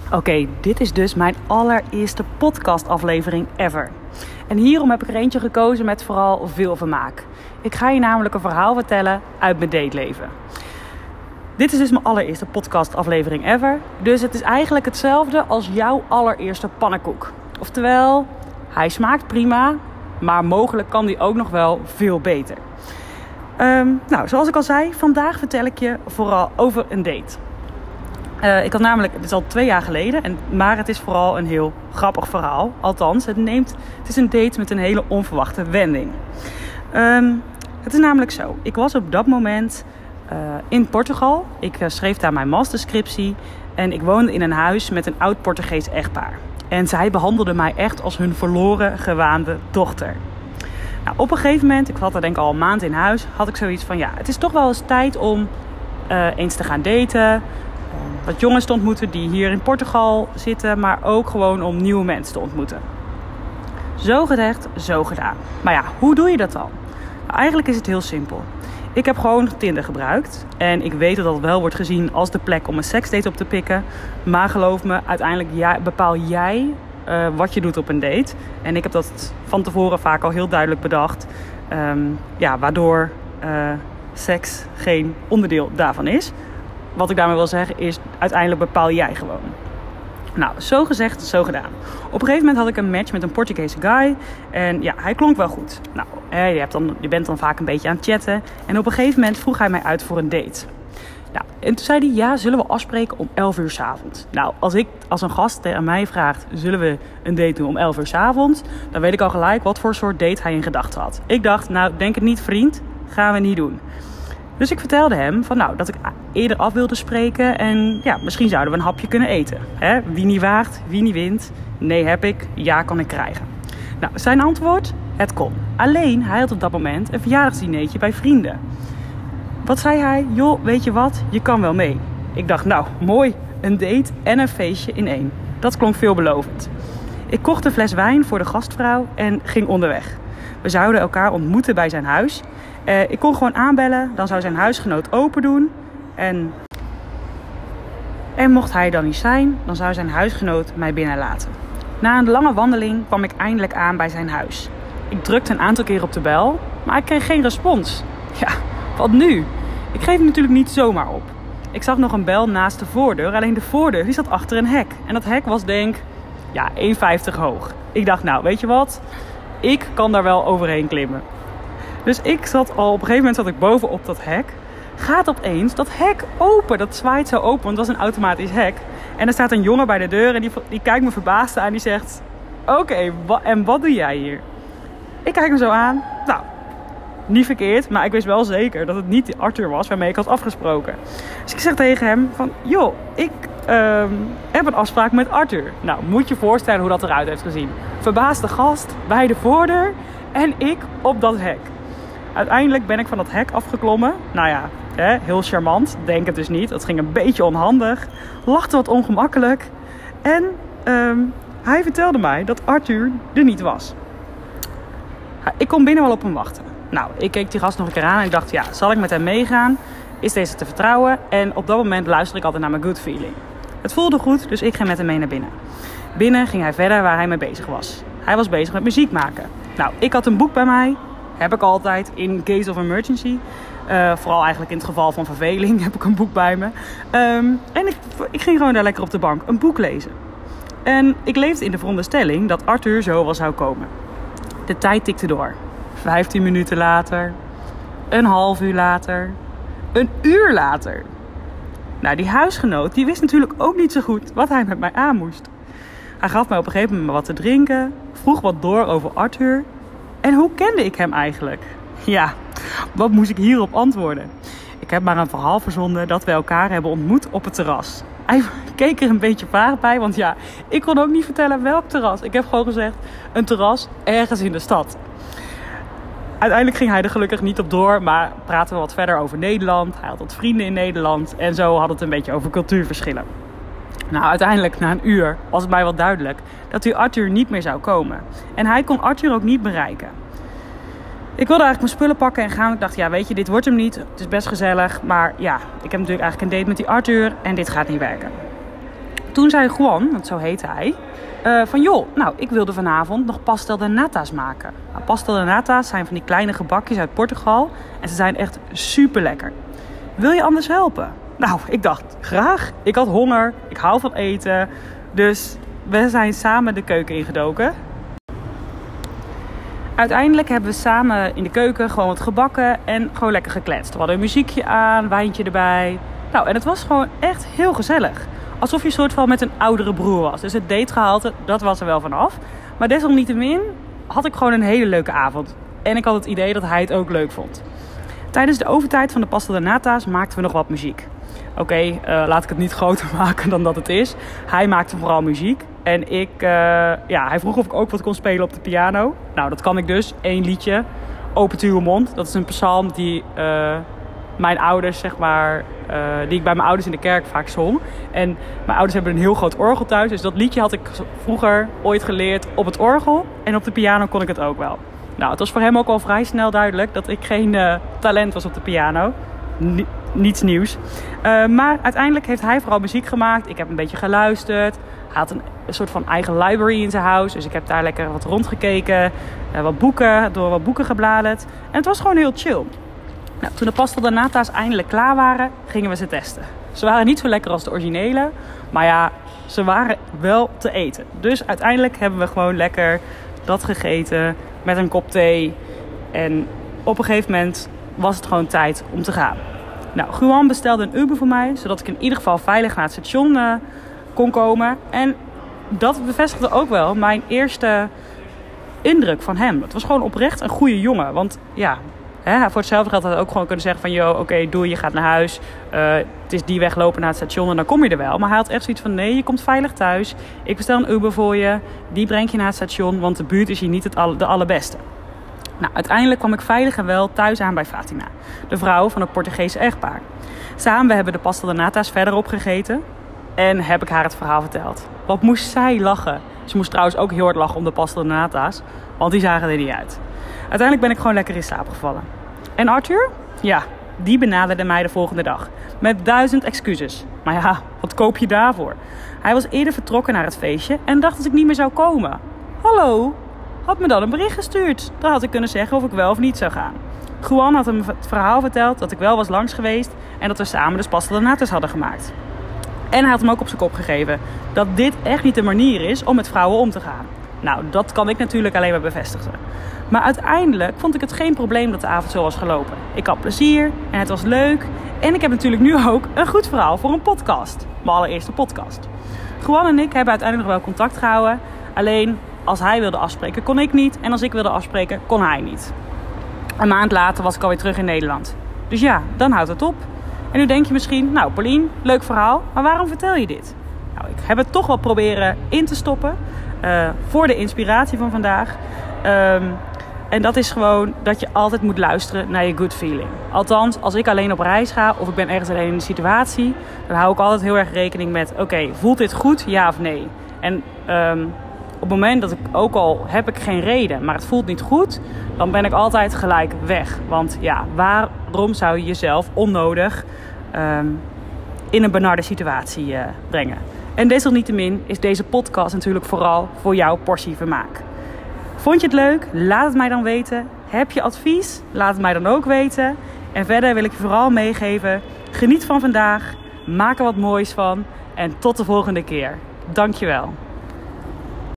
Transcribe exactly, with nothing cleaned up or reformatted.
Oké, okay, dit is dus mijn allereerste podcastaflevering ever. En hierom heb ik er eentje gekozen met vooral veel vermaak. Ik ga je namelijk een verhaal vertellen uit mijn dateleven. Dit is dus mijn allereerste podcastaflevering ever. Dus het is eigenlijk hetzelfde als jouw allereerste pannenkoek. Oftewel, hij smaakt prima, maar mogelijk kan die ook nog wel veel beter. Um, nou, zoals ik al zei, vandaag vertel ik je vooral over een date. Uh, ik had namelijk, het is al twee jaar geleden, en, maar het is vooral een heel grappig verhaal. Althans, het, neemt, het is een date met een hele onverwachte wending. Um, het is namelijk zo, ik was op dat moment uh, in Portugal. Ik uh, schreef daar mijn masterscriptie en ik woonde in een huis met een oud Portugees echtpaar. En zij behandelden mij echt als hun verloren gewaande dochter. Nou, op een gegeven moment, ik zat er denk ik al een maand in huis, had ik zoiets van ja, het is toch wel eens tijd om uh, eens te gaan daten. Wat jongens te ontmoeten die hier in Portugal zitten, maar ook gewoon om nieuwe mensen te ontmoeten. Zo gezegd, zo gedaan. Maar ja, hoe doe je dat dan? Nou, eigenlijk is het heel simpel. Ik heb gewoon Tinder gebruikt. En ik weet dat dat wel wordt gezien als de plek om een seksdate op te pikken. Maar geloof me, uiteindelijk jij, bepaal jij uh, wat je doet op een date. En ik heb dat van tevoren vaak al heel duidelijk bedacht. Um, ja, waardoor uh, seks geen onderdeel daarvan is. Wat ik daarmee wil zeggen is, uiteindelijk bepaal jij gewoon. Nou, zo gezegd, zo gedaan. Op een gegeven moment had ik een match met een Portugese guy. En ja, hij klonk wel goed. Nou, je, hebt dan, je bent dan vaak een beetje aan het chatten. En op een gegeven moment vroeg hij mij uit voor een date. Nou, en toen zei hij, ja, zullen we afspreken om elf uur 's avonds? Nou, als ik als een gast aan mij vraagt, zullen we een date doen om elf uur 's avonds? Dan weet ik al gelijk wat voor soort date hij in gedachten had. Ik dacht, nou, denk het niet, vriend. Gaan we niet doen. Dus ik vertelde hem van, nou, dat ik eerder af wilde spreken en ja, misschien zouden we een hapje kunnen eten. Hè? Wie niet waagt, wie niet wint. Nee heb ik, ja kan ik krijgen. Nou, zijn antwoord? Het kon. Alleen, hij had op dat moment een verjaardagsdineetje bij vrienden. Wat zei hij? Joh, weet je wat? Je kan wel mee. Ik dacht, nou, mooi. Een date en een feestje in één. Dat klonk veelbelovend. Ik kocht een fles wijn voor de gastvrouw en ging onderweg. We zouden elkaar ontmoeten bij zijn huis. Uh, ik kon gewoon aanbellen, dan zou zijn huisgenoot open doen. En, en mocht hij dan niet zijn, dan zou zijn huisgenoot mij binnenlaten. Na een lange wandeling kwam ik eindelijk aan bij zijn huis. Ik drukte een aantal keer op de bel, maar ik kreeg geen respons. Ja, wat nu? Ik geef natuurlijk niet zomaar op. Ik zag nog een bel naast de voordeur, alleen de voordeur die zat achter een hek. En dat hek was denk ik ja, één komma vijftig hoog. Ik dacht, nou weet je wat? Ik kan daar wel overheen klimmen. Dus ik zat al, op een gegeven moment zat ik bovenop dat hek. Gaat opeens dat hek open. Dat zwaait zo open, want het was een automatisch hek. En er staat een jongen bij de deur en die, die kijkt me verbaasd aan. En die zegt, oké, okay, wa- en wat doe jij hier? Ik kijk hem zo aan. Nou, niet verkeerd, maar ik wist wel zeker dat het niet die Arthur was waarmee ik had afgesproken. Dus ik zeg tegen hem van, joh, ik um, heb een afspraak met Arthur. Nou, moet je je voorstellen hoe dat eruit heeft gezien. Verbaasde gast bij de voordeur en ik op dat hek. Uiteindelijk ben ik van dat hek afgeklommen. Nou ja, hè, heel charmant. Denk het dus niet. Dat ging een beetje onhandig. Lachte wat ongemakkelijk. En um, hij vertelde mij dat Arthur er niet was. Ik kon binnen wel op hem wachten. Nou, ik keek die gast nog een keer aan en ik dacht, ja, zal ik met hem meegaan? Is deze te vertrouwen? En op dat moment luisterde ik altijd naar mijn good feeling. Het voelde goed, dus ik ging met hem mee naar binnen. Binnen ging hij verder waar hij mee bezig was. Hij was bezig met muziek maken. Nou, ik had een boek bij mij. Heb ik altijd, in case of emergency. Uh, vooral eigenlijk in het geval van verveling heb ik een boek bij me. Um, en ik, ik ging gewoon daar lekker op de bank een boek lezen. En ik leefde in de veronderstelling dat Arthur zo wel zou komen. De tijd tikte door. vijftien minuten later. Een half uur later. Een uur later. Nou, die huisgenoot die wist natuurlijk ook niet zo goed wat hij met mij aan moest. Hij gaf mij op een gegeven moment wat te drinken. Vroeg wat door over Arthur. En hoe kende ik hem eigenlijk? Ja, wat moest ik hierop antwoorden? Ik heb maar een verhaal verzonnen dat we elkaar hebben ontmoet op het terras. Hij keek er een beetje vaag bij, want ja, ik kon ook niet vertellen welk terras. Ik heb gewoon gezegd, een terras ergens in de stad. Uiteindelijk ging hij er gelukkig niet op door, maar praten we wat verder over Nederland. Hij had wat vrienden in Nederland en zo had het een beetje over cultuurverschillen. Nou, uiteindelijk na een uur was het mij wel duidelijk dat die Arthur niet meer zou komen. En hij kon Arthur ook niet bereiken. Ik wilde eigenlijk mijn spullen pakken en gaan. Ik dacht, ja, weet je, dit wordt hem niet. Het is best gezellig, maar ja, ik heb natuurlijk eigenlijk een date met die Arthur en dit gaat niet werken. Toen zei Juan, want zo heette hij, uh, van joh, nou, ik wilde vanavond nog pastel de nata's maken. Nou, pastel de nata's zijn van die kleine gebakjes uit Portugal en ze zijn echt super lekker. Wil je anders helpen? Nou, ik dacht, graag. Ik had honger, ik hou van eten, dus we zijn samen de keuken ingedoken. Uiteindelijk hebben we samen in de keuken gewoon wat gebakken en gewoon lekker gekletst. We hadden een muziekje aan, wijntje erbij. Nou, en het was gewoon echt heel gezellig. Alsof je een soort van met een oudere broer was. Dus het dategehalte, dat was er wel vanaf. Maar desalniettemin had ik gewoon een hele leuke avond. En ik had het idee dat hij het ook leuk vond. Tijdens de overtijd van de pastel de nata's maakten we nog wat muziek. Oké, okay, uh, laat ik het niet groter maken dan dat het is. Hij maakte vooral muziek. En ik, uh, ja, hij vroeg of ik ook wat kon spelen op de piano. Nou, dat kan ik dus. Eén liedje. Opent uw mond. Dat is een psalm die uh, mijn ouders, zeg maar, uh, die ik bij mijn ouders in de kerk vaak zong. En mijn ouders hebben een heel groot orgel thuis. Dus dat liedje had ik vroeger ooit geleerd op het orgel. En op de piano kon ik het ook wel. Nou, het was voor hem ook al vrij snel duidelijk dat ik geen uh, talent was op de piano. Ni- niets nieuws. Uh, maar uiteindelijk heeft hij vooral muziek gemaakt. Ik heb een beetje geluisterd. Hij had een, een soort van eigen library in zijn huis. Dus ik heb daar lekker wat rondgekeken. Uh, wat boeken, door wat boeken gebladerd. En het was gewoon heel chill. Nou, toen de pastel de nata's eindelijk klaar waren, gingen we ze testen. Ze waren niet zo lekker als de originele. Maar ja, ze waren wel te eten. Dus uiteindelijk hebben we gewoon lekker dat gegeten met een kop thee. En op een gegeven moment was het gewoon tijd om te gaan. Nou, Juan bestelde een Uber voor mij, zodat ik in ieder geval veilig naar het station uh, kon komen. En dat bevestigde ook wel mijn eerste indruk van hem. Het was gewoon oprecht een goede jongen. Want ja, hè, voor hetzelfde geld had hij ook gewoon kunnen zeggen van joh, oké, okay, doei, je gaat naar huis. Uh, het is die weg lopen naar het station en dan kom je er wel. Maar hij had echt zoiets van nee, je komt veilig thuis. Ik bestel een Uber voor je. Die breng je naar het station, want de buurt is hier niet het alle, de allerbeste. Nou, uiteindelijk kwam ik veilig en wel thuis aan bij Fatima, de vrouw van het Portugese echtpaar. Samen we hebben de pastel de nata's verder opgegeten en heb ik haar het verhaal verteld. Wat moest zij lachen. Ze moest trouwens ook heel hard lachen om de pastel de nata's, want die zagen er niet uit. Uiteindelijk ben ik gewoon lekker in slaap gevallen. En Arthur? Ja, die benaderde mij de volgende dag met duizend excuses. Maar ja, wat koop je daarvoor? Hij was eerder vertrokken naar het feestje en dacht dat ik niet meer zou komen. Hallo? Had me dan een bericht gestuurd. Dan had ik kunnen zeggen of ik wel of niet zou gaan. Juan had hem het verhaal verteld dat ik wel was langs geweest en dat we samen de pastel de nata's hadden gemaakt. En hij had hem ook op zijn kop gegeven dat dit echt niet de manier is om met vrouwen om te gaan. Nou, dat kan ik natuurlijk alleen maar bevestigen. Maar uiteindelijk vond ik het geen probleem dat de avond zo was gelopen. Ik had plezier en het was leuk. En ik heb natuurlijk nu ook een goed verhaal voor een podcast. Mijn allereerste podcast. Juan en ik hebben uiteindelijk nog wel contact gehouden. Alleen als hij wilde afspreken kon ik niet. En als ik wilde afspreken kon hij niet. Een maand later was ik alweer terug in Nederland. Dus ja, dan houdt het op. En nu denk je misschien, nou Paulien, leuk verhaal. Maar waarom vertel je dit? Nou, ik heb het toch wel proberen in te stoppen. Uh, voor de inspiratie van vandaag. Um, en dat is gewoon dat je altijd moet luisteren naar je good feeling. Althans, als ik alleen op reis ga of ik ben ergens alleen in een situatie, dan hou ik altijd heel erg rekening met, oké, okay, voelt dit goed, ja of nee? En um, op het moment dat ik ook al heb ik geen reden, maar het voelt niet goed, dan ben ik altijd gelijk weg. Want ja, waarom zou je jezelf onnodig um, in een benarde situatie uh, brengen? En desalniettemin is deze podcast natuurlijk vooral voor jouw portie vermaak. Vond je het leuk? Laat het mij dan weten. Heb je advies? Laat het mij dan ook weten. En verder wil ik je vooral meegeven, geniet van vandaag, maak er wat moois van en tot de volgende keer. Dankjewel.